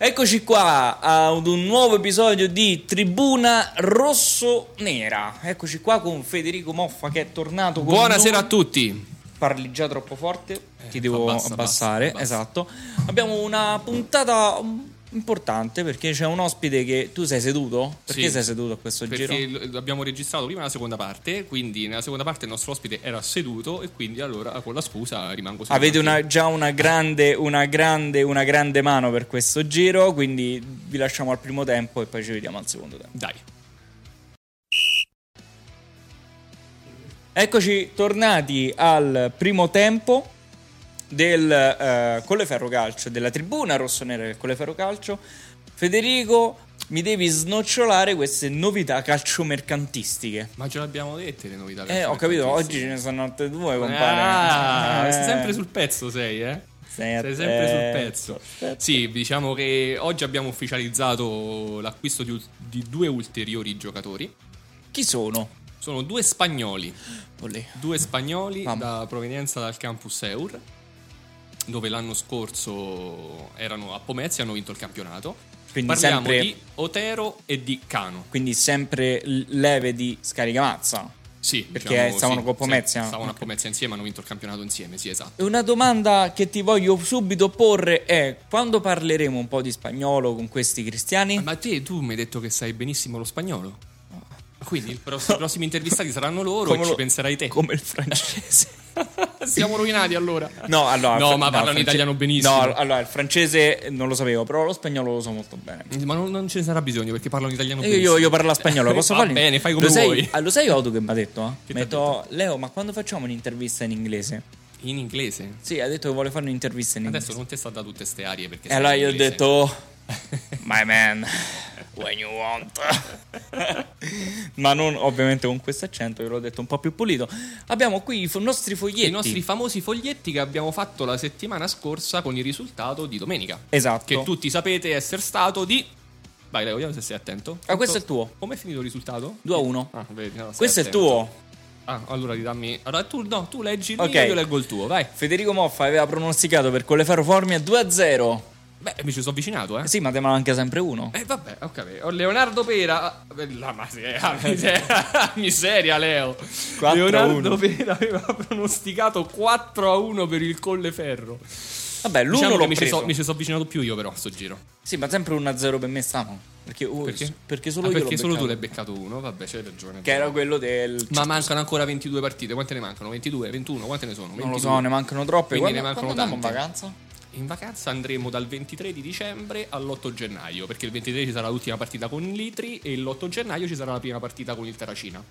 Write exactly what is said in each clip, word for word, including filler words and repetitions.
Eccoci qua ad un nuovo episodio di Tribuna Rossonera. Eccoci qua con Federico Moffa che è tornato con Buonasera noi. a tutti. Parli già troppo forte, eh, ti devo abbassa, abbassare, abbassa, esatto. Abbiamo una puntata importante perché c'è un ospite che tu sei seduto. Perché Sì, sei seduto a questo perché giro? Perché abbiamo registrato prima la seconda parte, quindi nella seconda parte il nostro ospite era seduto e quindi allora con la scusa rimango seduto. Avete una, già una grande, una grande, una grande mano per questo giro, quindi vi lasciamo al primo tempo e poi ci vediamo al secondo tempo. Dai. Eccoci tornati al primo tempo del eh, Colleferro Calcio, della Tribuna Rossonera del Colleferro Calcio. Federico, mi devi snocciolare queste novità calciomercantistiche. Ma ce l'abbiamo dette le novità. Eh, ho capito, oggi ce ne sono altre due, compare. Ah, eh. sei sempre sul pezzo, sei, eh? Sei, sei sempre sul attento, pezzo. attento. Sì, diciamo che oggi abbiamo ufficializzato l'acquisto di, di due ulteriori giocatori. Chi sono? Sono due spagnoli. Olè. Due spagnoli Mamma. da provenienza dal campus Eur, dove l'anno scorso erano a Pomezia e hanno vinto il campionato. Quindi Parliamo sempre, di Otero e di Cano. quindi sempre leve di Scaricamazza. Sì, Perché diciamo, stavano sì, con Pomezia? sì, stavano Ok. a Pomezia insieme, hanno vinto il campionato insieme, sì, esatto. E una domanda che ti voglio subito porre è: quando parleremo un po' di spagnolo con questi cristiani? Ma te, tu mi hai detto che sai benissimo lo spagnolo. Quindi i prossimi, i prossimi intervistati saranno loro Come e ci lo- penserai te. Come il francese. Siamo rovinati allora. No, allora, No, fr- ma parlano france- italiano benissimo. No, allora il francese non lo sapevo, però lo spagnolo lo so molto bene. Ma non, non ce ne sarà bisogno perché parlano italiano Io, benissimo. io, io parlo spagnolo, posso Va farlo? bene, fai come lo sai, vuoi. ah, Lo sai Auto che mi ha detto? Eh? Che Mi ha t'ha detto, Leo, ma quando facciamo un'intervista in inglese? In inglese? Sì, ha detto che vuole fare un'intervista in Adesso inglese. non ti sta da tutte ste arie perché E sei allora in io ho inglese. detto, my man, when you want. Ma non ovviamente con questo accento, io l'ho detto un po' più pulito. Abbiamo qui i fo- nostri foglietti. I nostri famosi foglietti che abbiamo fatto la settimana scorsa con il risultato di domenica. Esatto. Che tutti sapete essere stato di... Vai, Leo, vediamo se sei attento. Ah, questo è il tuo. Com'è finito il risultato? due a uno. Ah, vedi, no, sei Questo è il attento. tuo. Ah, allora ridammi... Allora tu, no, tu leggi il Ok. mio, io leggo il tuo, vai. Federico Moffa aveva pronosticato per Colleferro Formia due a zero. Beh, mi ci sono avvicinato, eh. Eh sì, ma te me anche sempre uno. Eh, vabbè, ho capito. Leonardo Pera... La miseria, miseria, miseria Leo. quattro a Leonardo uno. Pera aveva pronosticato quattro a uno per il Colleferro. Vabbè, l'uno Diciamo l'ho che mi ci, preso. so, mi ci sono avvicinato più io però a sto giro. Sì, ma sempre uno a zero per me stavo. Perché, uh, Perché? perché solo Ah, io perché l'ho solo tu beccato. l'hai beccato uno, vabbè, c'hai ragione. Che era quello del... Ma mancano ancora ventidue partite, quante ne mancano? ventidue, ventuno, quante ne sono? Non lo ventidue. so, ne mancano troppe. Quindi Quando, ne mancano quando andiamo in tante. vacanza? In vacanza andremo dal ventitré di dicembre all'otto gennaio, perché il ventitré ci sarà l'ultima partita con il Litri e l'otto gennaio ci sarà la prima partita con il Terracina.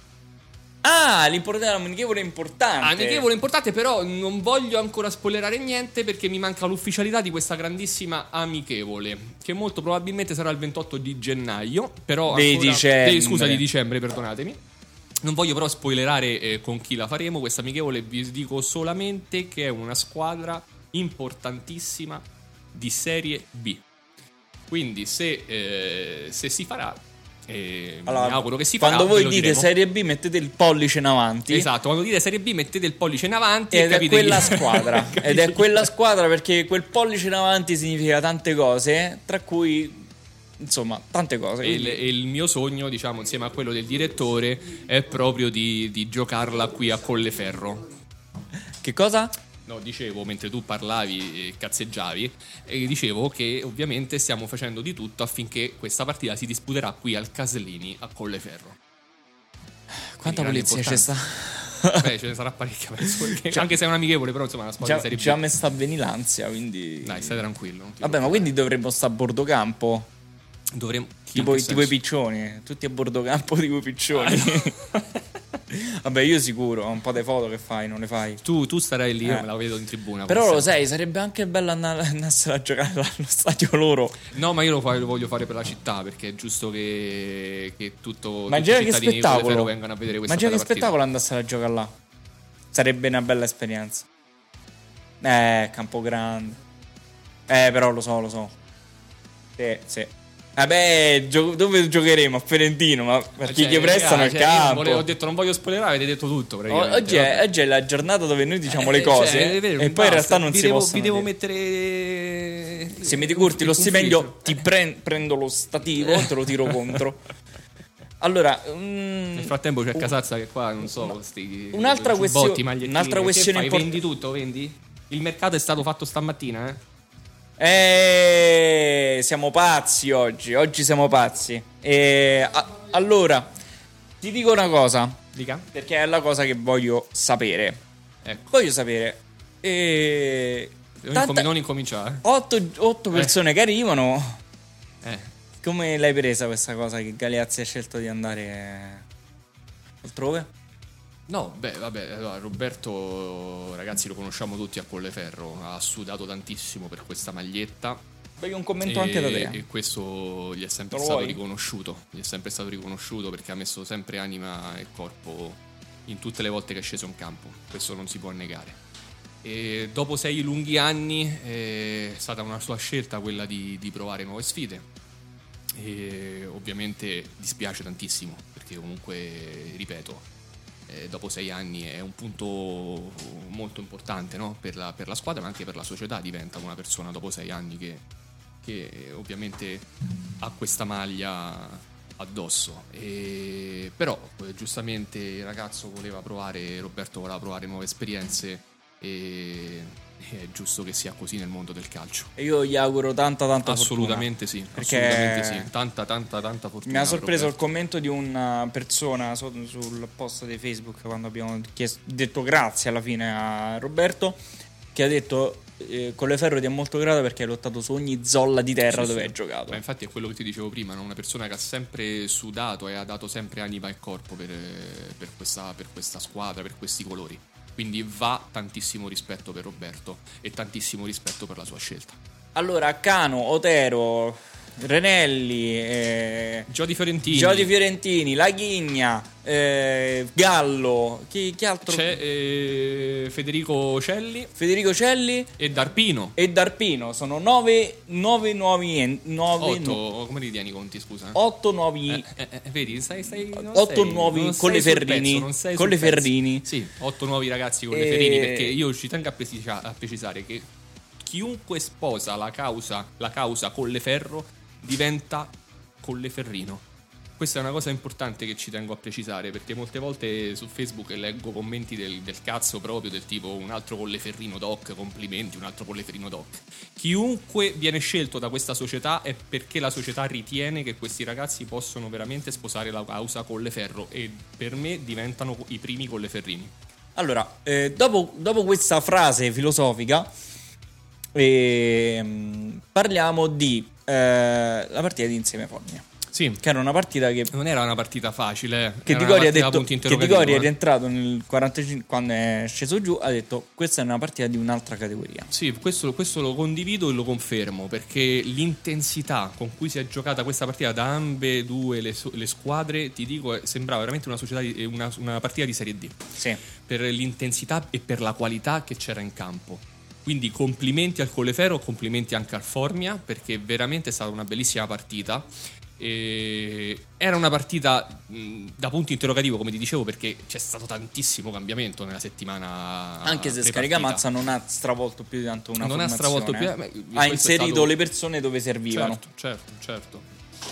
Ah, l'importante, l'amichevole è importante. Amichevole importante, però non voglio ancora spoilerare niente perché mi manca l'ufficialità di questa grandissima amichevole, che molto probabilmente sarà il ventotto di gennaio, però Di ancora- dicembre. eh, scusa, di dicembre, perdonatemi. Non voglio però spoilerare eh, con chi la faremo questa amichevole, vi dico solamente che è una squadra importantissima di Serie B. Quindi se, eh, se si farà, eh, Allora, mi auguro che si farà. quando ve voi lo dite diremo. Serie B mettete il pollice in avanti. Esatto, quando dite Serie B mettete il pollice in avanti Ed e è capite quella chi- squadra. capite Ed è chi- quella squadra perché quel pollice in avanti significa tante cose, tra cui insomma tante cose. E il, quindi- e il mio sogno, diciamo, insieme a quello del direttore, è proprio di, di giocarla qui a Colleferro. Che cosa? No, dicevo, mentre tu parlavi e cazzeggiavi, e dicevo che ovviamente stiamo facendo di tutto affinché questa partita si disputerà qui al Caslini a Colleferro. Quanta grande polizia c'è sta? Beh, ce ne sarà parecchia, penso, perché- anche se è un amichevole, però insomma è una squadra Già, di Serie B. già mi sta venendo l'ansia, quindi... Dai, stai tranquillo. non ti Vabbè, ma quindi dovremmo stare a bordo campo. dovremmo... Tipo, in che tipo i senso? piccioni, tutti a bordo campo tipo i piccioni. Vabbè, io sicuro, un po' di foto che fai, non le fai. Tu, tu starai lì, io Eh. me la vedo in tribuna. Però come lo sempre. sai, sarebbe anche bello andare, andarsela a giocare allo stadio loro. No, ma io lo, fa- lo voglio fare per la città perché è giusto che, che tutto, Ma tutti i già che cittadini di Colleferro spettacolo. vengano a vedere questa Ma già che bella partita. spettacolo andarsela a giocare là. Sarebbe una bella esperienza. Eh, Campogrande. Eh, però lo so, lo so. Sì, sì. Vabbè, gio- dove giocheremo? A Ferentino, ma perché Cioè, gli prestano raga, il cioè, io campo? volevo- ho detto non voglio spoilerare, avete detto tutto O- praticamente. oggi, è, vabbè. oggi è la giornata dove noi diciamo Eh, le cose cioè, è vero, e mi poi in basta. realtà non vi si devo, possono vi devo dire. mettere eh, Se mi decurti lo un stipendio, filtro. ti pre- prendo lo stativo, te lo tiro contro. Allora, mm, Nel frattempo c'è Casazza che qua, non so, sti un'altra giubbotti, questione- magliettine. un'altra Che questione fai? import- Vendi tutto, vendi? Il mercato è stato fatto stamattina, eh? eh, siamo pazzi oggi. Oggi siamo pazzi. E, a- allora, ti dico una cosa, Dica? perché è la cosa che voglio sapere. Ecco. Voglio sapere. E, Non, tanta- incomi- non incominciare. otto, otto persone che arrivano. Eh. Come l'hai presa questa cosa che Galeazzi ha scelto di andare altrove? No, beh, vabbè, allora, Roberto, ragazzi, lo conosciamo tutti a Colleferro, ha sudato tantissimo per questa maglietta. Voglio un commento e, anche da te. e questo gli è sempre Lo stato vuoi? riconosciuto, gli è sempre stato riconosciuto perché ha messo sempre anima e corpo in tutte le volte che è sceso in campo, questo non si può negare. E dopo sei lunghi anni eh, è stata una sua scelta quella di, di provare nuove sfide. E ovviamente dispiace tantissimo perché comunque, ripeto, eh, dopo sei anni è un punto molto importante, no? per, la, per la squadra ma anche per la società. Diventa una persona dopo sei anni che, che ovviamente ha questa maglia addosso. E, però eh, giustamente il ragazzo voleva provare, Roberto voleva provare nuove esperienze e è giusto che sia così nel mondo del calcio. E io gli auguro tanta tanta Assolutamente sì, Perché assolutamente sì. Tanta, tanta, tanta fortuna. Mi ha sorpreso il Roberto. commento di una persona so- sul post di Facebook quando abbiamo chiesto- detto grazie alla fine a Roberto, che ha detto eh, Colleferro ti è molto grato perché hai lottato su ogni zolla di terra Sì, dove sì. hai giocato. Ma infatti è quello che ti dicevo prima, no? Una persona che ha sempre sudato e ha dato sempre anima e corpo per, per, questa, per questa squadra, per questi colori. Quindi va tantissimo rispetto per Roberto e tantissimo rispetto per la sua scelta. Allora, Cano, Otero, Renelli, eh, Giodi Fiorentini. Giodi Fiorentini, Laghigna, eh, Gallo, chi, chi altro? C'è eh, Federico Celli Federico Celli e Darpino. e Darpino. Sono nove, nove nuovi en- nove, Otto, nu- come li tieni i conti, scusa? otto nuovi Eh, eh, eh, vedi, stai, stai, non Otto sei- nuovi non con sei le sul Ferrini, pezzo, non sei con sul le pezzo. Ferrini. Sì, otto nuovi ragazzi con E- le Ferrini, perché io ci tengo a, precisa- a precisare che chiunque sposa la causa, la causa Colleferro diventa Colleferrino. Questa è una cosa importante che ci tengo a precisare, perché molte volte su Facebook leggo commenti del, del cazzo proprio, del tipo un altro Colleferrino doc, complimenti, un altro Colleferino doc. Chiunque viene scelto da questa società è perché la società ritiene che questi ragazzi possono veramente sposare la causa Colleferro e per me diventano i primi Colleferrini. Allora, eh, dopo, dopo questa frase filosofica, ehm, parliamo di eh, la partita di Insieme Fogna, Sì, che era una partita che, non era una partita facile, eh. che Era Di una Gori ha partita a detto punti che Di interrogativi, Gori è eh. rientrato nel quarantacinque quando è sceso giù, ha detto questa è una partita di un'altra categoria. Sì, questo, questo lo condivido e lo confermo, perché l'intensità con cui si è giocata questa partita da ambe due le, so- le squadre, ti dico, eh, sembrava veramente una, società di- una, una partita di Serie D, Sì. per l'intensità e per la qualità che c'era in campo. Quindi complimenti al Colleferro, complimenti anche al Formia, perché veramente è stata una bellissima partita. E era una partita mh, da punto interrogativo, come ti dicevo, perché c'è stato tantissimo cambiamento nella settimana. Anche se pre-partita. Scarigamazza non ha stravolto più di tanto una Non ha formazione, stravolto più- eh. eh, ma- ha questo è inserito stato- le persone dove servivano. Certo, certo, certo.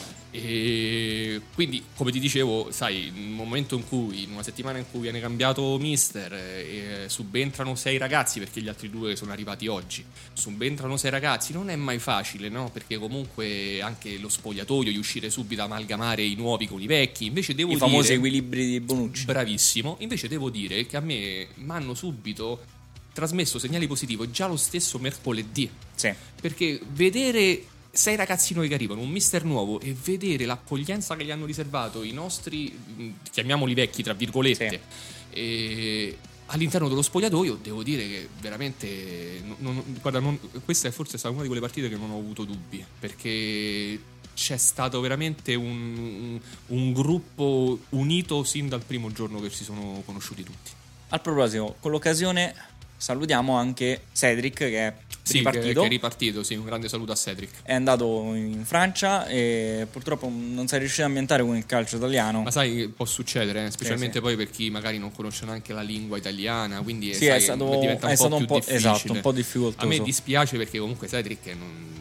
E quindi, come ti dicevo, sai, in un momento in cui, in una settimana in cui viene cambiato mister, e subentrano sei ragazzi, perché gli altri due sono arrivati oggi, subentrano sei ragazzi, non è mai facile, no? Perché comunque anche lo spogliatoio, di uscire subito a amalgamare i nuovi con i vecchi, invece devo I dire... famosi equilibri di Bonucci. Bravissimo, invece devo dire che a me mi hanno subito trasmesso segnali positivi già lo stesso mercoledì. Sì. Perché vedere sei ragazzi nuovi che arrivano, un mister nuovo, e vedere l'accoglienza che gli hanno riservato i nostri, mh, chiamiamoli vecchi tra virgolette, e all'interno dello spogliatoio, devo dire che veramente non- non- guarda, non- questa è forse stata una di quelle partite che non ho avuto dubbi, perché c'è stato veramente un, un, un gruppo unito sin dal primo giorno che si sono conosciuti tutti. Al proposito, con l'occasione salutiamo anche Cedric che è Sì, che, ripartito. che è ripartito, sì, un grande saluto a Cedric. È andato in Francia e purtroppo non si è riuscito a ambientare con il calcio italiano. Ma sai, può succedere, eh, specialmente Sì, sì. poi per chi magari non conosce neanche la lingua italiana, quindi Sì, sai, è stato, diventa un è po' stato un più po', difficile. esatto, un po' A difficoltoso. me dispiace perché comunque Cedric non,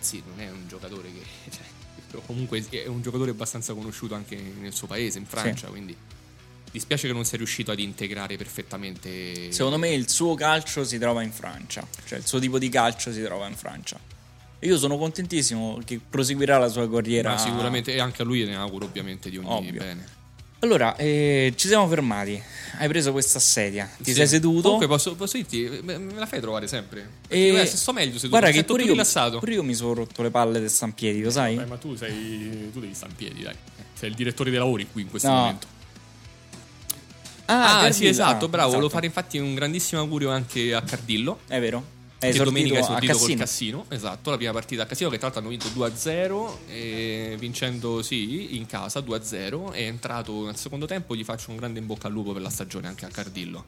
ragazzi, non è un giocatore che cioè, comunque è un giocatore abbastanza conosciuto anche nel suo paese, in Francia, sì. Quindi dispiace che non sia riuscito ad integrare perfettamente. Secondo me il suo calcio si trova in Francia, cioè il suo tipo di calcio si trova in Francia. E io sono contentissimo che proseguirà la sua carriera. Ma sicuramente, e anche a lui ne auguro ovviamente di ogni Ovvio. bene. Allora, eh, ci siamo fermati. Hai preso questa sedia, ti sì. sei seduto. Comunque posso, posso dirti, me la fai trovare sempre. E Beh, sto meglio seduto, guarda mi che sento pure più io, rilassato. Pure io mi sono rotto le palle del San Piedi, lo sai? Beh, ma tu sei tu devi stare in piedi, dai. Sei il direttore dei lavori qui in questo no. momento. Ah, ah sì, esatto, ah, bravo. Esatto. Volevo fare infatti un grandissimo augurio anche a Cardillo. È vero. È che domenica è esordito a col Cassino. Esatto, la prima partita a Cassino, che tra l'altro hanno vinto due a zero, e vincendo sì in casa due a zero. È entrato nel secondo tempo. Gli faccio un grande in bocca al lupo per la stagione anche a Cardillo.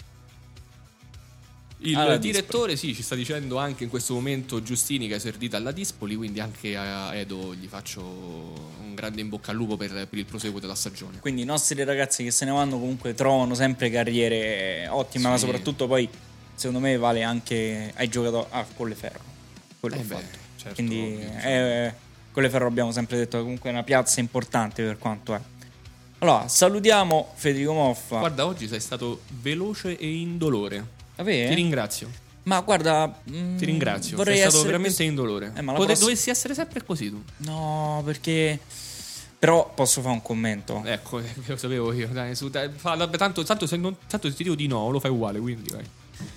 Il alla direttore Dispoli. sì ci sta dicendo anche in questo momento Giustini che è esordita alla Dispoli, quindi anche a Edo gli faccio un grande in bocca al lupo per, per il proseguo della stagione. Quindi i nostri ragazzi che se ne vanno comunque trovano sempre carriere ottime, sì. Ma soprattutto poi secondo me vale anche ai giocatori a ah, Colleferro. Quello eh beh, fatto. Certo, quindi ovvio, eh, Colleferro abbiamo sempre detto che comunque è una piazza importante per quanto è. Allora, salutiamo Federico Moffa. Guarda, oggi sei stato veloce e indolore. Vabbè, ti ringrazio. Ma guarda, mm, ti ringrazio. Vorrei sei stato essere veramente così. indolore. Eh, ma Pote- prossima... Dovessi essere sempre così tu. No, perché però posso fare un commento. Ecco, lo sapevo io. Dai, su, dai, fa, tanto, tanto, se non, tanto se ti dico di no, lo fai uguale, quindi vai.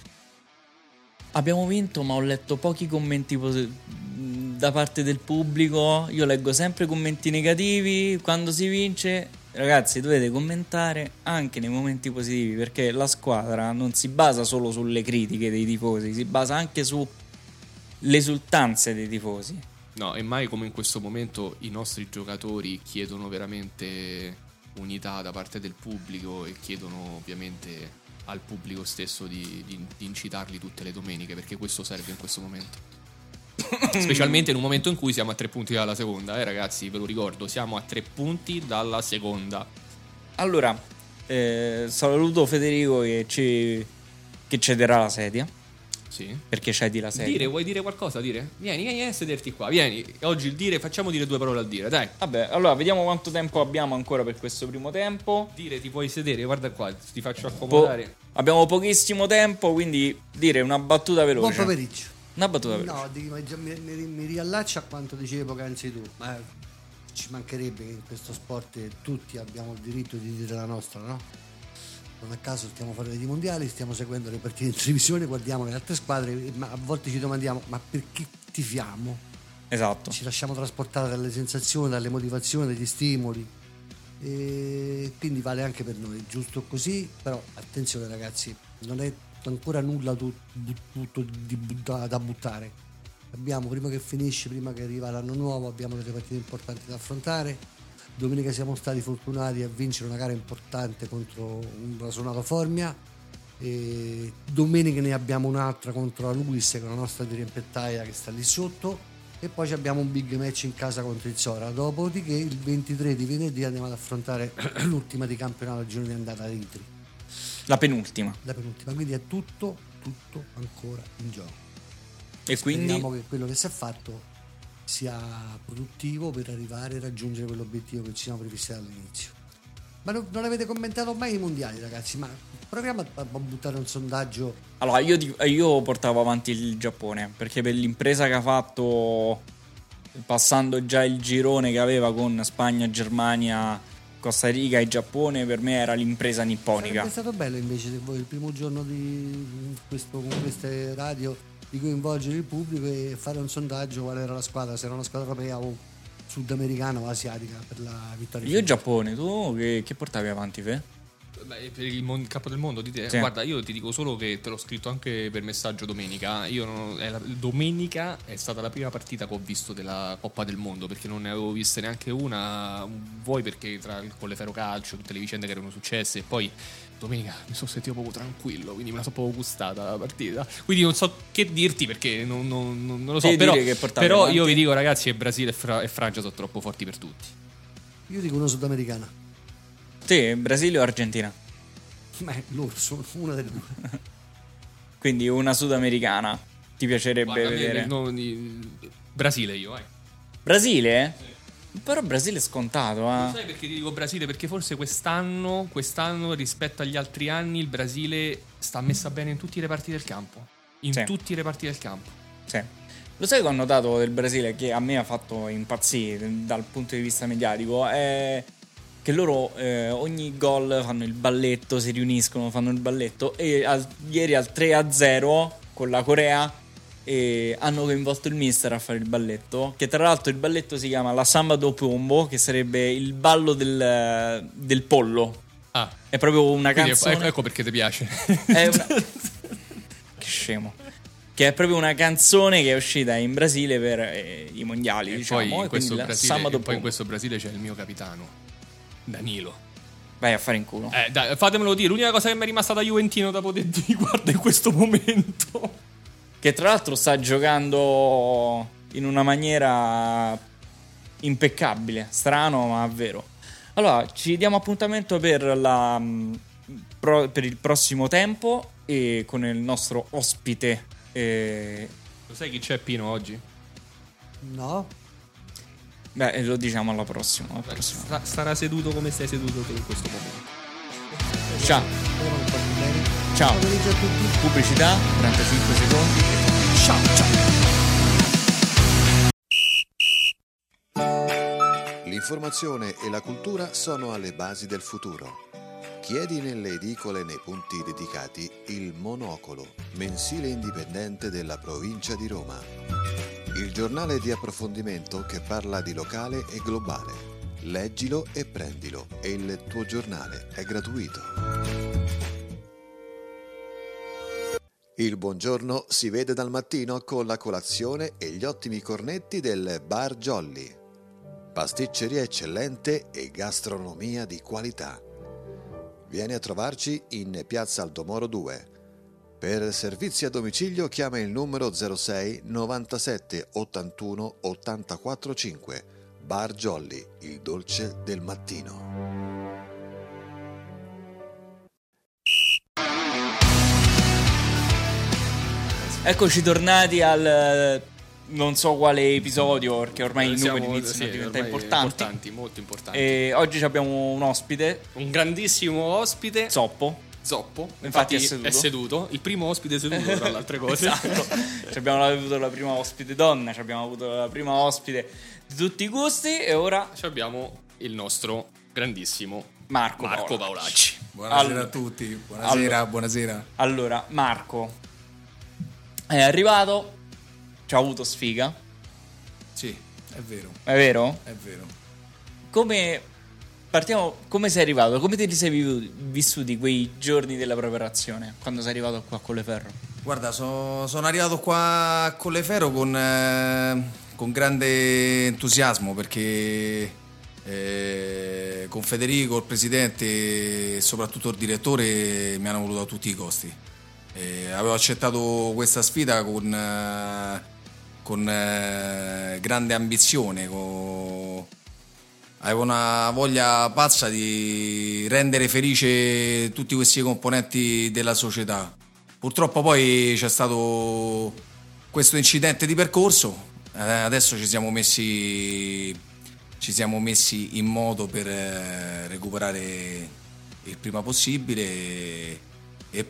Abbiamo vinto, ma ho letto pochi commenti pos- da parte del pubblico. Io leggo sempre commenti negativi quando si vince. Ragazzi, dovete commentare anche nei momenti positivi, perché la squadra non si basa solo sulle critiche dei tifosi, si basa anche sulle esultanze dei tifosi. No, e mai come in questo momento i nostri giocatori chiedono veramente unità da parte del pubblico e chiedono ovviamente al pubblico stesso di, di, di incitarli tutte le domeniche, perché questo serve in questo momento. Specialmente in un momento in cui siamo a tre punti dalla seconda, eh ragazzi, ve lo ricordo, siamo a tre punti dalla seconda. Allora, eh, saluto Federico che ci che cederà la sedia. Sì. Perché cedi la sedia. Dire, vuoi dire qualcosa? Dire? Vieni, vieni a sederti qua, vieni. Oggi il dire, facciamo dire due parole al dire, dai. Vabbè, allora vediamo quanto tempo abbiamo ancora per questo primo tempo. Dire, ti puoi sedere, guarda qua, ti faccio accomodare. Po- abbiamo pochissimo tempo, quindi dire una battuta veloce. Buon pomeriggio. Una battuta veloce. No, di, mi, mi, mi riallaccio a quanto dicevi poc'anzi tu, ma ci mancherebbe che in questo sport tutti abbiamo il diritto di dire la nostra, no? Non a caso stiamo fuori dai mondiali, stiamo seguendo le partite in televisione, guardiamo le altre squadre, ma a volte ci domandiamo ma perché tifiamo? Esatto. Ci lasciamo trasportare dalle sensazioni, dalle motivazioni, dagli stimoli, e quindi vale anche per noi, giusto così. Però attenzione ragazzi, non è ancora nulla tutto da, da buttare. Abbiamo, prima che finisce, prima che arriva l'anno nuovo, abbiamo delle partite importanti da affrontare. Domenica siamo stati fortunati a vincere una gara importante contro un Brasunato Formia, e domenica ne abbiamo un'altra contro la Luis, che è la nostra dirempettaia che sta lì sotto, e poi abbiamo un big match in casa contro il Zora. Dopodiché il ventitré di venerdì andiamo ad affrontare l'ultima di campionato, il giorno di andata ad Intri, la penultima la penultima, quindi è tutto tutto ancora in gioco, e quindi speriamo che quello che si è fatto sia produttivo per arrivare a raggiungere quell'obiettivo che ci siamo prefissi dall'inizio. Ma non, non avete commentato mai i mondiali, ragazzi? Ma proviamo a, a buttare un sondaggio. Allora, io, io portavo avanti il Giappone, perché per l'impresa che ha fatto, passando già il girone che aveva con Spagna, Germania, Costa Rica e Giappone, per me era l'impresa nipponica. Sarebbe stato bello invece se voi il primo giorno di questo, con queste radio, di coinvolgere il pubblico e fare un sondaggio qual era la squadra, se era una squadra europea o sudamericana o asiatica per la vittoria. Io Giappone, tu che, che portavi avanti, Fe? Beh, per il mon- capo del mondo di te, sì. Guarda, io ti dico solo che te l'ho scritto anche per messaggio domenica. Io non, è la, domenica è stata la prima partita che ho visto della Coppa del Mondo, perché non ne avevo viste neanche una. Vuoi perché tra il Colleferro Calcio, tutte le vicende che erano successe, e poi domenica mi sono sentito proprio tranquillo, quindi me la sono proprio gustata la partita. Quindi non so che dirti, perché non, non, non lo so. Devi però che però avanti. Io vi dico, ragazzi, che Brasile e, Fra- e Francia sono troppo forti per tutti. Io dico una sudamericana. Sì, Brasile o Argentina? Beh, loro sono una delle due. Quindi una sudamericana ti piacerebbe Guarda, vedere? me, no, Brasile io, vai. Brasile? Sì. Però Brasile è scontato, eh. Lo sai perché ti dico Brasile? Perché forse quest'anno, quest'anno rispetto agli altri anni il Brasile sta messa bene in tutti i reparti del campo. In Sì. tutti i reparti del campo. Sì. Lo sai che ho notato del Brasile che a me ha fatto impazzire dal punto di vista mediatico? È che loro eh, ogni gol fanno il balletto, si riuniscono, fanno il balletto e al, ieri al tre a zero con la Corea e hanno coinvolto il mister a fare il balletto, che tra l'altro il balletto si chiama la Samba do Pombo, che sarebbe il ballo del, del pollo. Ah, è proprio una quindi canzone. Ecco, ecco perché ti piace. È una... che scemo. Che è proprio una canzone che è uscita in Brasile per eh, i mondiali, E diciamo. poi, in e questo quindi la Brasile, Samba do e poi in Pombo. questo Brasile c'è il mio capitano, Danilo. Vai a fare in culo. Eh, dai, fatemelo dire, l'unica cosa che mi è rimasta da Juventino da poter dire, guarda, in questo momento. Che tra l'altro sta giocando in una maniera impeccabile, strano ma vero. Allora, ci diamo appuntamento per, la, pro, per il prossimo tempo e con il nostro ospite. Eh, Lo sai chi c'è Pino oggi? No? beh, lo diciamo alla prossima. Alla prossima. Sta- Starà seduto come stai seduto te in questo momento. Ciao. Speriamo che porti bene. Ciao. Buon pomeriggio a tutti. Pubblicità, trentacinque secondi. Ciao, ciao. L'informazione e la cultura sono alle basi del futuro. Chiedi nelle edicole e nei punti dedicati il Monocolo, mensile indipendente della provincia di Roma. Il giornale di approfondimento che parla di locale e globale. Leggilo e prendilo e il tuo giornale è gratuito. Il buongiorno si vede dal mattino con la colazione e gli ottimi cornetti del Bar Jolly. Pasticceria eccellente e gastronomia di qualità. Vieni a trovarci in Piazza Aldomoro due. Per servizi a domicilio chiama il numero zero sei novantasette ottantuno ottantaquattro cinque. Bar Jolly, il dolce del mattino. Eccoci tornati al non so quale episodio, perché ormai i Siamo- numeri iniziano sì, a diventare ormai importanti. importanti, molto importanti. E oggi abbiamo un ospite, Un grandissimo ospite, Zoppo. Zoppo. Infatti Infatti, è seduto. è seduto. Il primo ospite seduto, tra le altre cose. Esatto. Ci abbiamo avuto la prima ospite donna, ci abbiamo avuto la prima ospite di tutti i gusti e ora Ci abbiamo il nostro grandissimo Marco, Marco Paolacci. Paolacci. Buonasera Allora. a tutti, buonasera, Allora. buonasera. Allora, Marco è arrivato, ci ha avuto sfiga, Sì, è vero, è vero? è vero. Come partiamo, come sei arrivato? Come te li sei vivu- vissuti quei giorni della preparazione quando sei arrivato qua a Colleferro? Guarda, so- sono arrivato qua a Colleferro con, eh, con grande entusiasmo perché eh, con Federico, il presidente e soprattutto il direttore mi hanno voluto a tutti i costi. Eh, avevo accettato questa sfida con, eh, con eh, grande ambizione, con... avevo una voglia pazza di rendere felice tutti questi componenti della società. Purtroppo poi c'è stato questo incidente di percorso, eh, adesso ci siamo messi ci siamo messi in moto per eh, recuperare il prima possibile e, e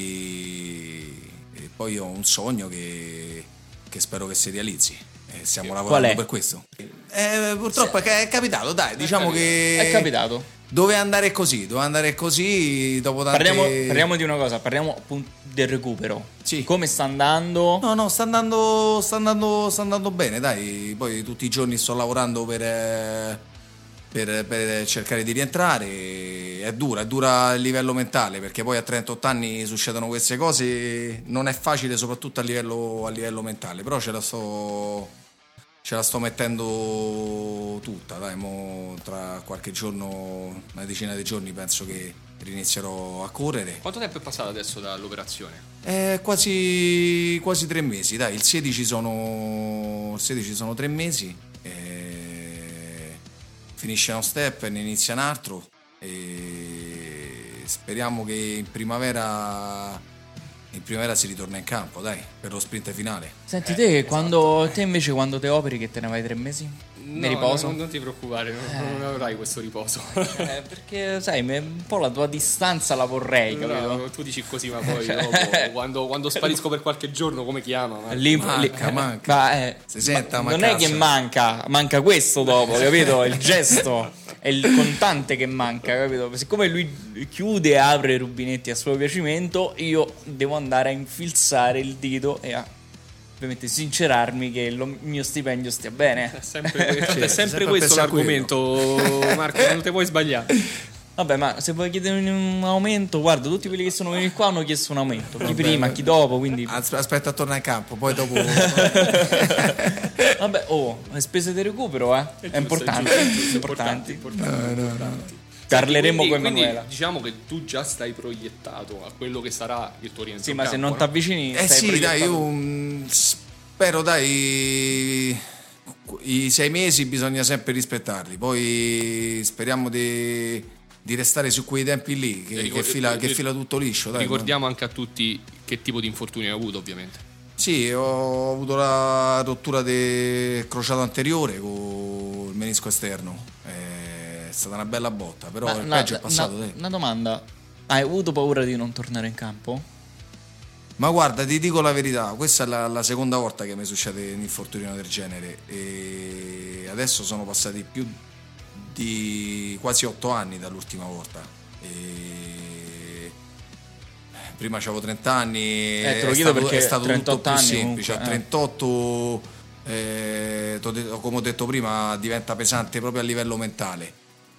poi e poi ho un sogno che, che spero che si realizzi. E stiamo lavorando è? per questo. Eh, purtroppo è, è capitato, dai, diciamo che È capitato. doveva andare così, doveva andare così dopo tante... Parliamo, parliamo di una cosa, parliamo appunto del recupero. Sì. Come sta andando? No, no, sta andando, sta andando, sta andando bene, dai. Poi tutti i giorni sto lavorando per, eh, per, per cercare di rientrare. È dura, è dura a livello mentale, perché poi a trentotto anni succedono queste cose. Non è facile, soprattutto a livello, a livello mentale, però ce la sto, ce la sto mettendo tutta, dai. Mo tra qualche giorno, una decina di giorni, penso che rinizierò a correre. Quanto tempo è passato adesso dall'operazione? Eh, quasi, quasi tre mesi, dai, il sedici sono, il sedici sono tre mesi, eh, finisce uno step e ne inizia un altro e speriamo che in primavera in primavera si ritorna in campo, dai, per lo sprint finale. Senti, Eh, te esatto. quando te invece quando te operi che te ne vai tre mesi? No, di riposo? non, non ti preoccupare, non, non avrai questo riposo. Eh, perché sai, me- un po' la tua distanza la vorrei, capito? No, tu dici così, ma poi dopo, quando, quando sparisco per qualche giorno, come chiama? Ma... Lì, Manca, lì- manca. ma, eh, Si senta, ma ma non è cazzo. che manca, manca questo dopo, capito? Il gesto è il contante che manca, capito? Siccome lui chiude e apre i rubinetti a suo piacimento, io devo andare a infilzare il dito e a ovviamente sincerarmi che lo- il mio stipendio stia bene. È sempre, è sempre sempre questo pensa a l'argomento, Marco, non ti puoi sbagliare. Vabbè, ma se vuoi chiedere un aumento, guarda, tutti quelli che sono venuti qua hanno chiesto un aumento. Chi prima, chi dopo, quindi... As- Aspetta a tornare in campo, poi dopo... Vabbè, oh, le spese di recupero, eh. È, importante, È giusto, è giusto, importante. importanti, importanti. Parleremo Quindi- con quindi Emanuela. diciamo che tu già stai proiettato a quello che sarà il tuo rientro Sì, in ma se campo, non no? ti avvicini... Eh stai sì, dai, proiettato. io mm, spero, dai, i sei mesi bisogna sempre rispettarli, poi speriamo di, di restare su quei tempi lì, che, Ricor- che fila, che eh, fila tutto liscio. Dai, Ricordiamo anche a tutti che tipo di infortunio hai avuto, ovviamente. Sì, ho avuto la rottura del crociato anteriore con il menisco esterno, è stata una bella botta, però Ma il una, peggio è passato. una- dai. una domanda. Hai avuto paura di non tornare in campo? Ma guarda, ti dico la verità, questa è la, la seconda volta che mi succede un infortunio del genere e adesso sono passati più di quasi otto anni dall'ultima volta. E prima avevo trenta anni, Eh, te lo è chiedo stato, perché è stato tutto trentotto più anni semplice. comunque, A eh. trentotto, eh, t'ho detto- come ho detto prima, diventa pesante proprio a livello mentale.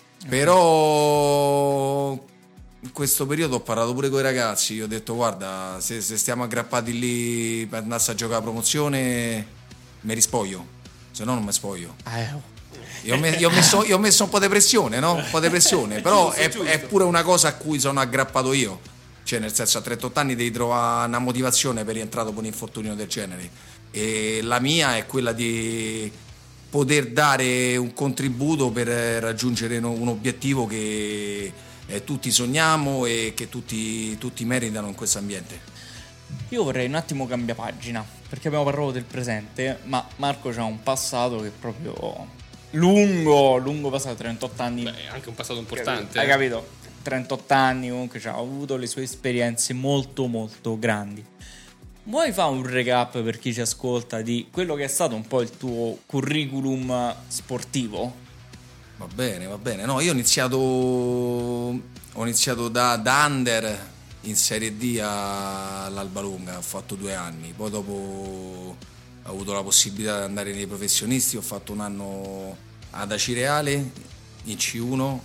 Però in questo periodo ho parlato pure con i ragazzi, io ho detto guarda, se, se stiamo aggrappati lì per andare a giocare a promozione mi rispoglio, se no non mi spoglio. Eh, oh. Io ho, me- io ho messo, io ho messo un po' di pressione, no? Un po' di pressione, però è, è pure una cosa a cui sono aggrappato io. Cioè, nel senso, a trentotto anni devi trovare una motivazione per rientrare dopo un infortunio del genere. E la mia è quella di poter dare un contributo per raggiungere un un obiettivo che eh, tutti sogniamo e che tutti, tutti meritano in questo ambiente. Io vorrei un attimo cambiare pagina, perché abbiamo parlato del presente, ma Marco c'ha un passato che è proprio lungo, lungo passato, trentotto anni. Beh, è anche un passato importante. Hai eh. capito? trentotto anni comunque ha avuto le sue esperienze molto molto grandi. Vuoi fare un recap per chi ci ascolta di quello che è stato un po' il tuo curriculum sportivo? Va bene, va bene. No, io ho iniziato, ho iniziato da, da under in Serie D all'Albalonga, ho fatto due anni, poi dopo ho avuto la possibilità di andare nei professionisti, ho fatto un anno ad Acireale in C uno,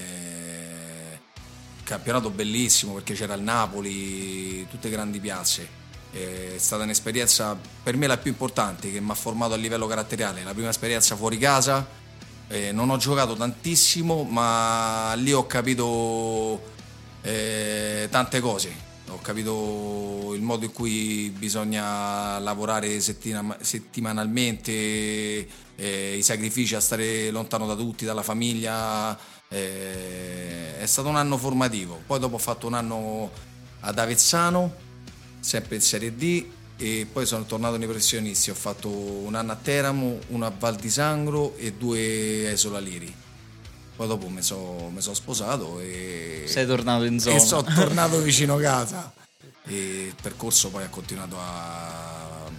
eh, campionato bellissimo perché c'era il Napoli, tutte grandi piazze. È stata un'esperienza per me la più importante che mi ha formato a livello caratteriale, la prima esperienza fuori casa. Eh, non ho giocato tantissimo, ma lì ho capito eh, tante cose. Ho capito il modo in cui bisogna lavorare settina- settimanalmente, eh, i sacrifici a stare lontano da tutti, dalla famiglia. Eh, è stato un anno formativo. Poi dopo ho fatto un anno ad Avezzano, sempre in Serie D, e poi sono tornato nei professionisti. Ho fatto un anno a Teramo, uno a Val di Sangro e due a Isola Liri. Poi dopo mi sono so sposato e Sei tornato in zona. e sono tornato vicino casa. E il percorso poi ha continuato a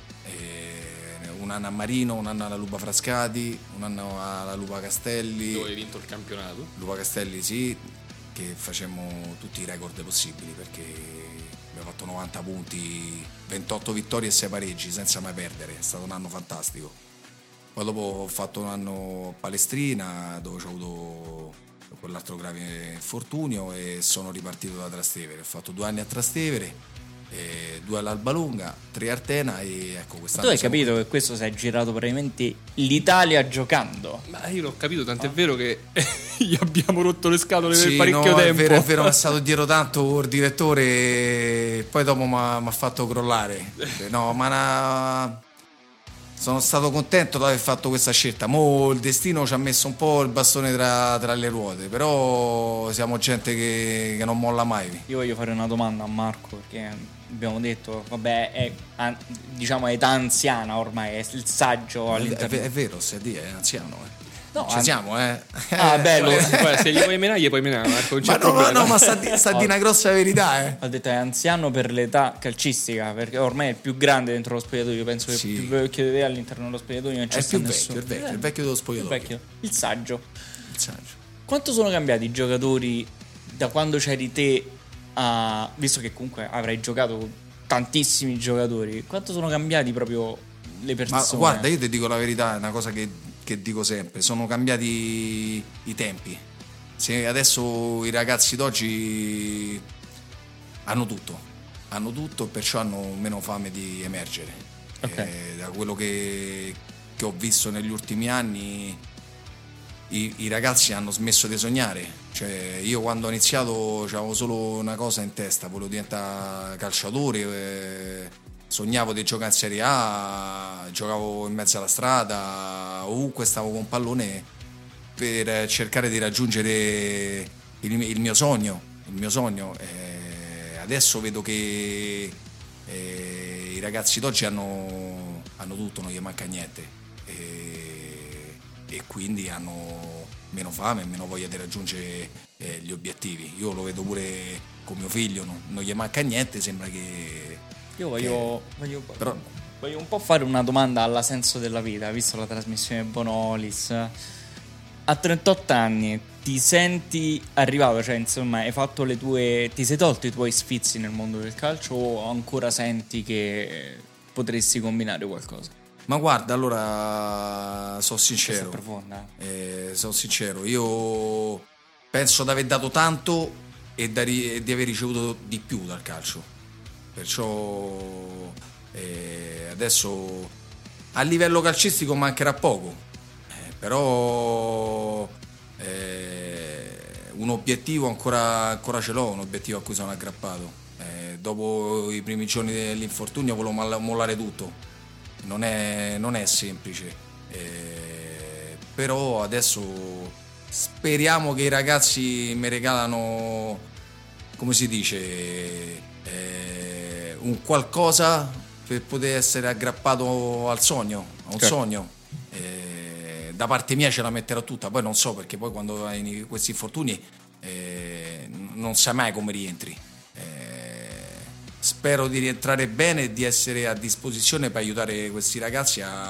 eh, un anno a Marino, un anno alla Lupa Frascati, un anno alla Lupa Castelli. Dove hai vinto il campionato. Lupa Castelli sì, che facemmo tutti i record possibili perché abbiamo fatto novanta punti, ventotto vittorie e sei pareggi senza mai perdere, è stato un anno fantastico. Poi dopo ho fatto un anno a Palestrina dove ho avuto quell'altro grave infortunio e sono ripartito da Trastevere. Ho fatto due anni a Trastevere, eh, due all'Albalonga, tre a Artena e ecco quest'anno. Tu hai siamo- capito che questo si è girato praticamente l'Italia giocando. Ma io l'ho capito, tant'è vero che gli abbiamo rotto le scatole Sì, per parecchio no, tempo. È vero, è vero, mi è stato dietro tanto il direttore e poi dopo mi ha fatto crollare. No, ma una- sono stato contento di aver fatto questa scelta. Mo il destino ci ha messo un po' il bastone tra, tra le ruote, però siamo gente che, che non molla mai. Io voglio fare una domanda a Marco, perché abbiamo detto, vabbè, è an- diciamo età anziana ormai, è il saggio È, all'interno. è, è vero, se di è anziano, eh. No, Ci an- siamo, eh. Ah, bello. Guarda, se gli puoi menare, gli puoi menare, Marco, non c'è Ma no, problema. no, ma sta di, sta di una grossa verità, eh. Ha detto è anziano per l'età calcistica, perché ormai è il più grande dentro lo spogliatoio. Io penso che Sì. il più vecchio di te all'interno dello spogliatoio non c'è È il più nessuno. vecchio, il vecchio, Eh, il vecchio dello il spogliatoio. vecchio. Il saggio. Il saggio. Quanto sono cambiati i giocatori da quando c'eri te a... Visto che comunque avrai giocato con tantissimi giocatori, quanto sono cambiati proprio le Ma persone? guarda, io ti dico la verità, è una cosa che, che dico sempre, sono cambiati i tempi. Se adesso i ragazzi d'oggi hanno tutto, hanno tutto, perciò hanno meno fame di emergere. Ok. Eh, da quello che, che ho visto negli ultimi anni, i, i ragazzi hanno smesso di sognare. Cioè, io quando ho iniziato avevo solo una cosa in testa, volevo diventare calciatore, eh, sognavo di giocare in Serie A, giocavo in mezzo alla strada, ovunque stavo con un pallone per cercare di raggiungere il, il mio sogno, il mio sogno. Eh, adesso vedo che eh, i ragazzi d'oggi hanno, hanno tutto, non gli manca niente, e, e quindi hanno meno fame, meno voglia di raggiungere eh, gli obiettivi. Io lo vedo pure con mio figlio, no? Non gli manca niente, sembra che... Io voglio, voglio, Però- voglio un po' fare una domanda alla senso della vita, visto la trasmissione Bonolis. A trentotto anni ti senti arrivato, cioè insomma hai fatto le tue, ti sei tolto i tuoi sfizi nel mondo del calcio o ancora senti che potresti combinare qualcosa? Ma guarda, allora sono Questa è sincero, profonda. eh, sono sincero, io penso di aver dato tanto e da ri- e di aver ricevuto di più dal calcio, perciò eh, adesso a livello calcistico mancherà poco, eh, però eh, un obiettivo ancora, ancora ce l'ho, un obiettivo a cui sono aggrappato. Eh, dopo i primi giorni dell'infortunio volevo mal- mollare tutto. Non è, non è semplice, eh, però adesso speriamo che i ragazzi mi regalano, come si dice, eh, un qualcosa per poter essere aggrappato al sogno, a un Certo. sogno. Eh, da parte mia ce la metterò tutta, poi non so, perché poi quando hai questi infortuni eh, non sai mai come rientri. Eh, Spero di rientrare bene e di essere a disposizione per aiutare questi ragazzi a,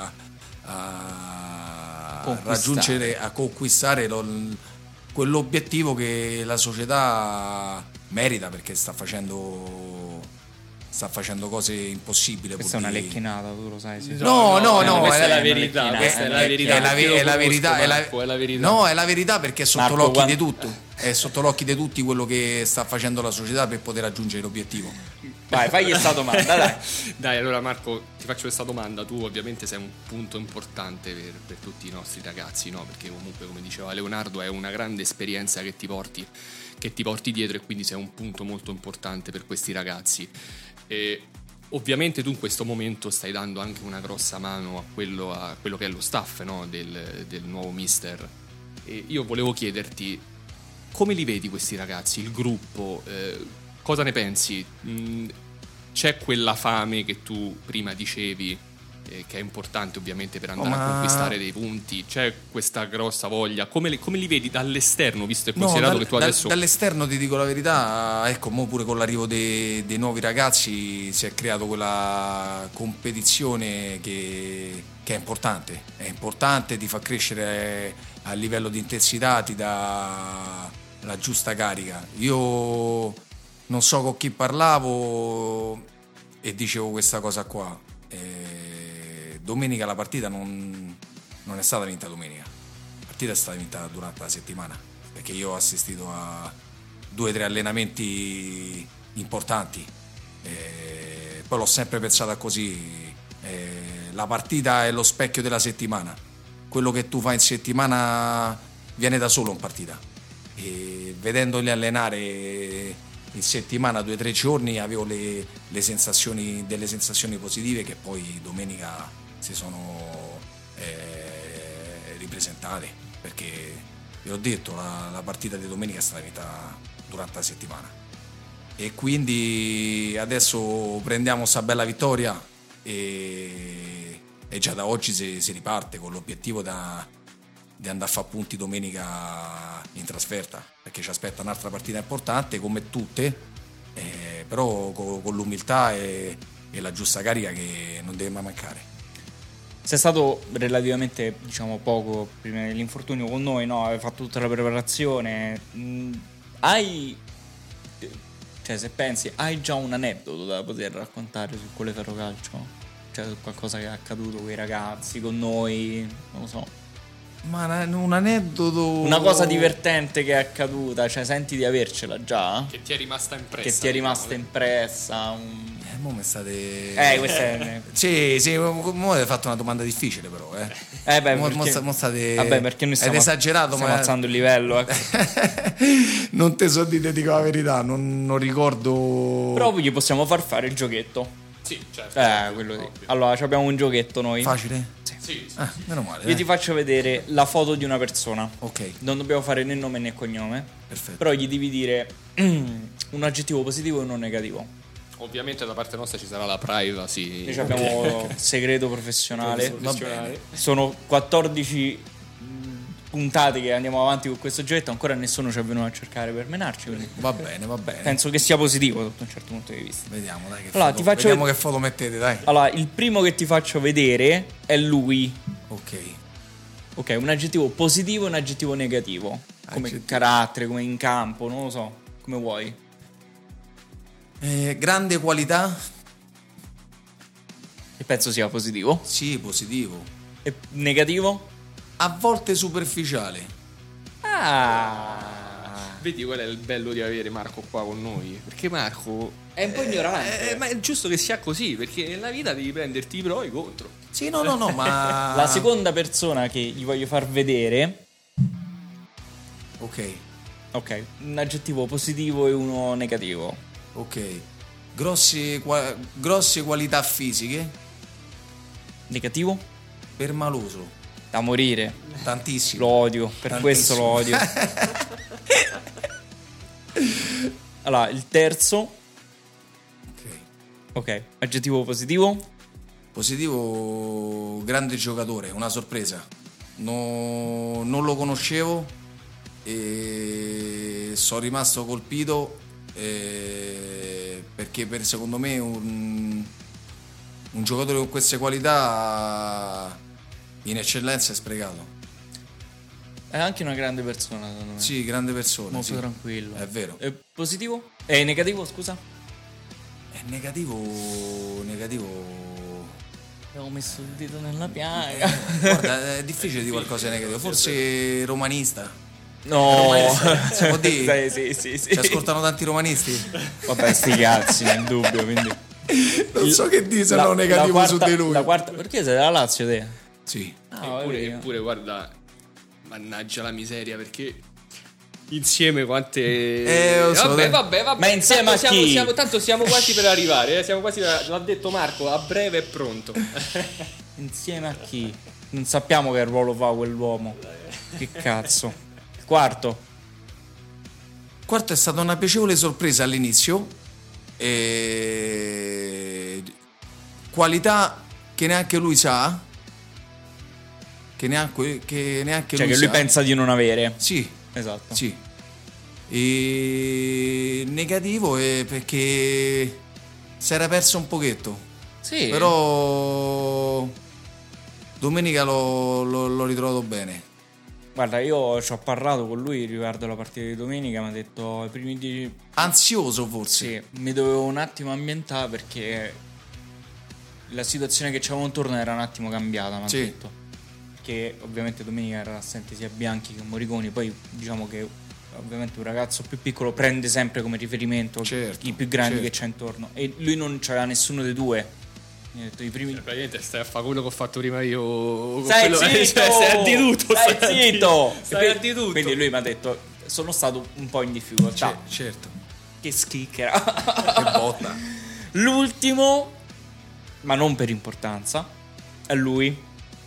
a Conquistare. raggiungere, a conquistare lo- quell'obiettivo che la società merita, perché sta facendo, sta facendo cose impossibili. Questa è pur una di- lechinata, tu lo sai. sì. No, no, no, questa è, è- la è verità, una questa è la lecchina, verità. è la, ve- Io lo è la conosco, verità, è la, Marco, è la verità. no, è la verità, perché è sotto Marco, l'occhio quando- di tutti, è sotto l'occhio di tutti quello che sta facendo la società per poter raggiungere l'obiettivo. Vai, fagli questa domanda, dai. Dai, allora Marco, ti faccio questa domanda. Tu ovviamente sei un punto importante per, per tutti i nostri ragazzi, no? Perché comunque, come diceva Leonardo, è una grande esperienza che ti porti, che ti porti dietro, e quindi sei un punto molto importante per questi ragazzi. E ovviamente tu in questo momento stai dando anche una grossa mano a quello, a quello che è lo staff, no? del, del nuovo mister. E io volevo chiederti, come li vedi questi ragazzi, il gruppo? Eh, cosa ne pensi? Mm, c'è quella fame che tu prima dicevi, eh, che è importante ovviamente per andare Oh, a ma- conquistare dei punti? C'è questa grossa voglia? Come li, come li vedi dall'esterno, visto e No, considerato dal- che tu dal- adesso... dall'esterno ti dico la verità, ecco, mo pure con l'arrivo dei, dei nuovi ragazzi si è creato quella competizione che, che è importante, è importante, ti fa crescere a livello di intensità, ti dà la giusta carica. Io non so con chi parlavo e dicevo questa cosa qua. Eh, domenica la partita non, non è stata vinta domenica, la partita è stata vinta durante la settimana, perché io ho assistito a due o tre allenamenti importanti, eh, poi l'ho sempre pensata così, eh, la partita è lo specchio della settimana, quello che tu fai in settimana viene da solo in partita, e vedendoli allenare in settimana due o tre giorni avevo le, le sensazioni, delle sensazioni positive che poi domenica si sono eh, ripresentate, perché vi ho detto, la, la partita di domenica è stata vinta durante la settimana, e quindi adesso prendiamo sta bella vittoria e, e già da oggi si, si riparte con l'obiettivo da, di andare a fare punti domenica in trasferta, perché ci aspetta un'altra partita importante come tutte, eh, però con, con l'umiltà e, e la giusta carica che non deve mai mancare. Sei stato relativamente, diciamo, poco prima dell'infortunio con noi, no? Hai fatto tutta la preparazione. Mm, hai, cioè, se pensi, hai già un aneddoto da poter raccontare su Colleferro Calcio? Cioè, su qualcosa che è accaduto con i ragazzi, con noi, non lo so. Ma un aneddoto, una cosa divertente che è accaduta, cioè senti di avercela già? Che ti è rimasta impressa. Che ti è rimasta diciamo. impressa. Un... Eh, mo mi state... Eh, questa è... Sì, sì, mo avete fatto una domanda difficile però, eh. Eh beh, mo, perché... mo state... Vabbè, perché noi stiamo, È esagerato, stiamo ma... alzando il livello, ecco. Non te so dire, ti dico la verità, non, non ricordo... Però gli possiamo far fare il giochetto. Sì, certo. Eh, quello sì. Allora, abbiamo un giochetto noi. Facile? Sì, sì, Ah, sì. meno male. Io dai. ti faccio vedere la foto di una persona. Ok, Non dobbiamo fare né nome né cognome. perfetto. Però gli devi dire un aggettivo positivo e uno negativo. Ovviamente da parte nostra ci sarà la privacy. Noi abbiamo segreto professionale. Va bene. Sono quattordici mh, puntate che andiamo avanti con questo giovetto. Ancora nessuno ci è venuto a cercare per menarci. Quindi Va bene, va bene. penso che sia positivo sotto un certo punto di vista. Vediamo, dai, che Allora, foto, ti faccio vediamo ved- che foto mettete, dai. Allora, il primo che ti faccio vedere è lui. Ok. Ok, un aggettivo positivo e un aggettivo negativo. Come Aggettivo. carattere, come in campo, non lo so. Come vuoi. Eh, grande qualità? E penso sia positivo. Sì, positivo. E negativo? A volte superficiale. Ah. Vedi qual è il bello di avere Marco qua con noi? Perché Marco È un po' ignorante. Eh, ma è giusto che sia così, perché nella vita devi prenderti i pro e i contro. Sì, no, no, no, ma... La seconda persona che gli voglio far vedere. Ok, Ok, un aggettivo positivo e uno negativo. ok. Grosse, qua- grosse qualità fisiche? Negativo? Permaloso. Da morire. Tantissimo. Lo odio, per Tantissimo. questo lo odio. Allora, il terzo. Ok. Ok, aggettivo positivo. Positivo, grande giocatore, una sorpresa. No- non lo conoscevo e sono rimasto colpito eh, perché per, secondo me un, un giocatore con queste qualità in eccellenza è sprecato. È anche una grande persona, secondo me. Sì, grande persona. Molto sì. tranquillo. È vero. E positivo? E negativo, scusa? È negativo, negativo. Avevo messo il dito nella piaga. Guarda, è difficile di qualcosa di negativo. Forse romanista. No. Si può dire? Sì, sì, sì, sì. Ci ascoltano tanti romanisti? Vabbè, sti cazzi, nel dubbio, quindi. Non so che dire se La- no negativo la su quarta- di lui. La quarta, perché sei della Lazio te? Sì. Ah, eppure, vedi. eppure, guarda, mannaggia la miseria, perché insieme quante... Eh, lo so, vabbè, dai. vabbè, vabbè. Ma insieme tanto a chi? Siamo, siamo, tanto siamo quasi per arrivare, eh, siamo quasi per... L'ha detto Marco, a breve è pronto. Insieme a chi? Non sappiamo che ruolo fa quell'uomo. Che cazzo. Quarto. Quarto è stata una piacevole sorpresa all'inizio. E... qualità che neanche lui sa. Che neanche, che neanche Cioè lui che lui sa. pensa di non avere. Sì, Esatto. sì. E negativo è perché si era perso un pochetto. Sì. Però domenica l'ho, l'ho- l'ho ritrovato bene. Guarda, io ci ho parlato con lui riguardo la partita di domenica. Mi ha detto i primi dieci. Ansioso forse. Sì, mi dovevo un attimo ambientare perché la situazione che c'aveva intorno era un attimo cambiata. Mi ha Sì. detto. Perché ovviamente domenica era assente sia Bianchi che Moriconi. Poi diciamo che ovviamente un ragazzo più piccolo prende sempre come riferimento Certo, i più grandi certo. che c'è intorno. E lui non c'aveva nessuno dei due. Mi ha detto i primi. Praticamente stai a fare quello che ho fatto prima io. con Stai quello- zitto! cioè, stai a di tutto. Stai a di- zitto! Stai a di tutto. Quindi lui mi ha detto sono stato un po' in difficoltà. Cioè, certo. Che schicchera. Che botta. L'ultimo, ma non per importanza, È lui.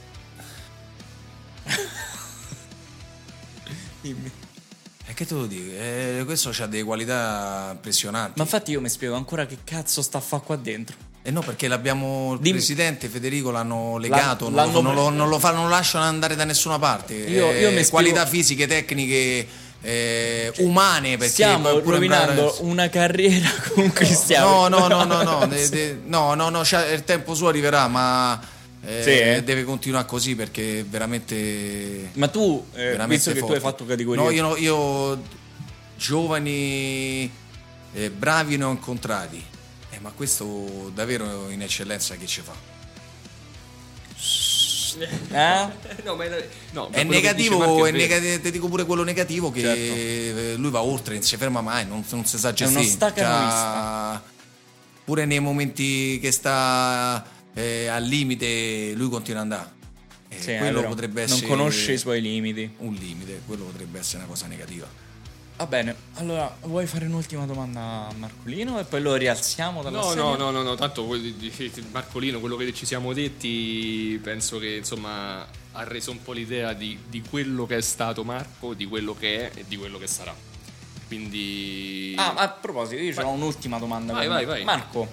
Dimmi. E che te lo dico? Eh, questo ha delle qualità impressionanti. Ma infatti io mi spiego ancora che cazzo sta a fa qua dentro. E no, perché l'abbiamo. Il Dimmi. presidente Federico l'hanno legato, L'hanno- non, non lo, non, lo fa- non lo lasciano andare da nessuna parte. Io- Eh, io mi spiego- qualità fisiche, tecniche, eh, umane. Perché Stiamo poi pure rovinando bravo- una carriera con Cristiano. No, no, no, no, no, de- de- no, no, no, c'ha- il tempo suo arriverà, ma eh, Sì, eh? deve continuare così perché veramente. Ma tu, eh, veramente visto che tu forte. hai fatto categoria, No, io, no, io giovani eh, bravi ne ho incontrati, eh, ma questo davvero in eccellenza che ci fa. eh? No, ma è, no, È quello che dice negativo, Marco è vero. negativo, ti dico pure quello negativo che Certo. eh, lui va oltre, non si ferma mai, non, non si sa gestire. uno staccanovista. C'ha- Pure nei momenti che sta eh, al limite lui continua ad andare. Eh, Sì, è quello vero. potrebbe Non essere conosce i suoi limiti. un limite, quello potrebbe essere una cosa negativa. Va bene, allora vuoi fare un'ultima domanda a Marcolino e poi lo rialziamo dalla No, sedia? no, no, no, no, tanto quello di- di- di Marcolino, quello che ci siamo detti, penso che insomma ha reso un po' l'idea di, di quello che è stato Marco, di quello che è e di quello che sarà. Quindi... Ah, a proposito, io ho un'ultima domanda. Vai, per vai, me. vai. Marco,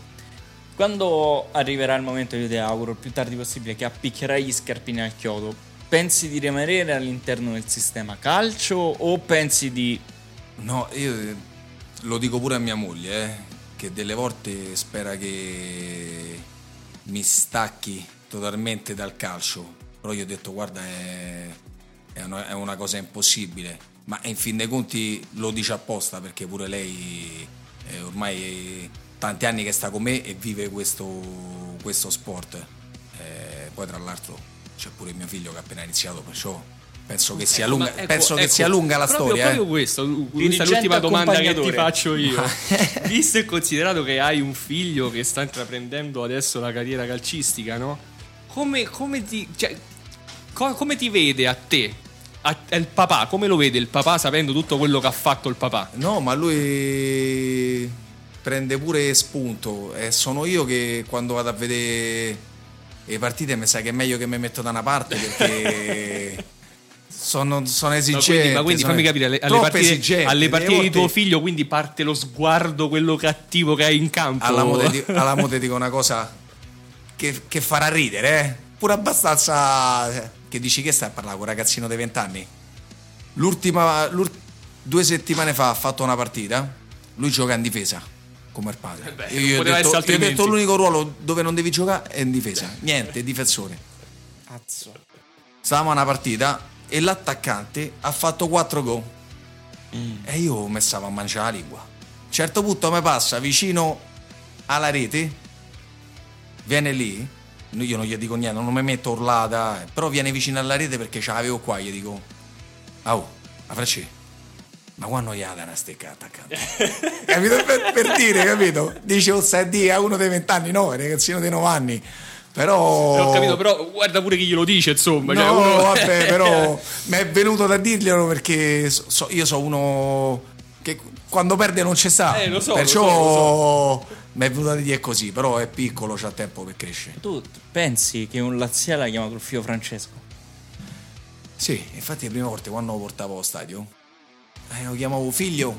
quando arriverà il momento, io ti auguro il più tardi possibile, che appiccherai gli scarpini al chiodo, pensi di rimanere all'interno del sistema calcio o pensi di... No, io eh, lo dico pure a mia moglie, eh, che delle volte spera che mi stacchi totalmente dal calcio, però io ho detto guarda è, è, una, è una cosa impossibile, ma in fin dei conti lo dice apposta perché pure lei è ormai tanti anni che sta con me e vive questo, questo sport. Eh, poi tra l'altro c'è pure mio figlio che ha appena iniziato, perciò penso che sia lunga, Ma ecco, penso che ecco, sia lunga la proprio, storia. Proprio eh. questo, questa è Dirigente l'ultima domanda che ti accompagnatore. faccio io. Visto e considerato che hai un figlio che sta intraprendendo adesso la carriera calcistica, no? Come, come ti... Cioè, co- come ti vede a te? A, a il papà, come lo vede il papà sapendo tutto quello che ha fatto il papà? No, ma lui prende pure spunto. E sono io che quando vado a vedere le partite mi sa che è meglio che mi metto da una parte perché sono, sono No, esigente. quindi, ma quindi sono fammi capire, alle, alle troppo partite, esigente. alle Delle partite di tuo volte figlio quindi parte lo sguardo, quello cattivo che hai in campo? alla moda di- alla moda dico una cosa che, che farà ridere, eh? Pure abbastanza. Che dici che stai a parlare con un ragazzino di venti anni? L'ultima, l'ult- due settimane fa ha fatto una partita. Lui gioca in difesa come il padre. Eh beh, Io gli ho poteva detto, essere gli ho altrimenti. detto l'unico ruolo dove non devi giocare è in difesa. Niente, difensore. Cazzo. Stavamo a una partita e l'attaccante ha fatto quattro gol. E io mi stavo a mangiare la lingua. A un certo punto mi passa vicino alla rete, viene lì, io non gli dico niente, non mi metto urlata, eh, però viene vicino alla rete perché ce l'avevo qua, gli dico, ah oh, a Francesco, ma quando gli ha una stecca attaccante? Capito? Per, per dire, capito? Dice, oh, stai a dire a uno dei vent'anni, no, è un ragazzino dei nove anni. Però... Eh, ho capito, però guarda pure chi glielo dice, insomma. No, cioè, uno- vabbè, però mi è venuto da dirglielo perché so- so- io sono uno che quando perde non c'è sta. Eh, lo so, Perciò lo so, mi è venuto da dire così, però è piccolo, c'ha tempo per crescere. Tu pensi che un laziale ha chiamato il figlio Francesco? Sì, infatti le prime volte quando lo portavo allo stadio eh, lo chiamavo figlio.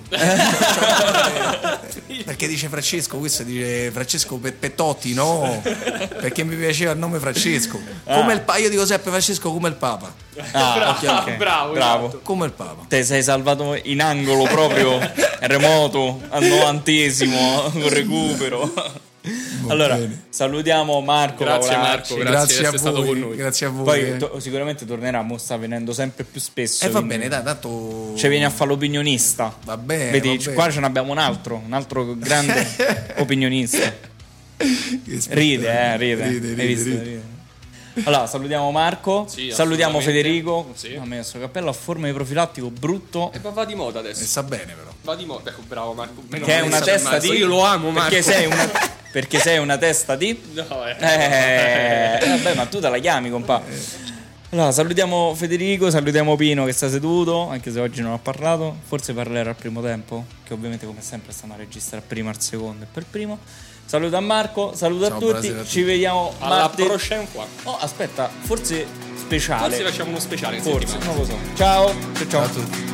Perché dice Francesco, questo dice Francesco Pe- Pettotti, no? Perché mi piaceva il nome Francesco. Come il pa- io dico sempre Francesco come il Papa. Ah, bravo, ok, bravo, bravo. esatto. Come il Papa. Te sei salvato in angolo proprio remoto al novantesimo con recupero. Allora, bene. salutiamo Marco Grazie, Paolacci. Marco, grazie. di Grazie, a essere stato voi, con noi. grazie a voi. Poi eh. to- sicuramente tornerà, mo sta venendo sempre più spesso. E va quindi bene, dai, tanto. Ci vieni a fare l'opinionista. Va bene. Vedi, va bene. qua ce n'abbiamo un altro, un altro grande opinionista. Che spettacolo. Ride, eh, ride. Ride, Hai ride, visto? ride. Ride. Allora, salutiamo Marco, Sì, salutiamo assolutamente. Federico. Sì. Ha messo il cappello a forma di profilattico brutto. E poi va di moda E adesso. sta bene, però. Va di moda. Ecco, bravo Marco. Meno Che è male una sei testa rimasto. di. Io lo amo, Marco. Perché sei una, perché sei una testa di. No, eh. Eh, vabbè, ma tu te la chiami, compà. Allora, salutiamo Federico, salutiamo Pino che sta seduto, anche se oggi non ha parlato. Forse parlerà al primo tempo, che ovviamente come sempre stanno a registrare prima al secondo e per primo. Saluto a Marco, saluto Ciao, a tutti, buonasera a tutti. ci vediamo Alla martedì. prossima qua. Oh, aspetta, forse speciale. Forse facciamo uno speciale in Forse, settimana. non lo so. Ciao, ciao, ciao. Ciao a tutti.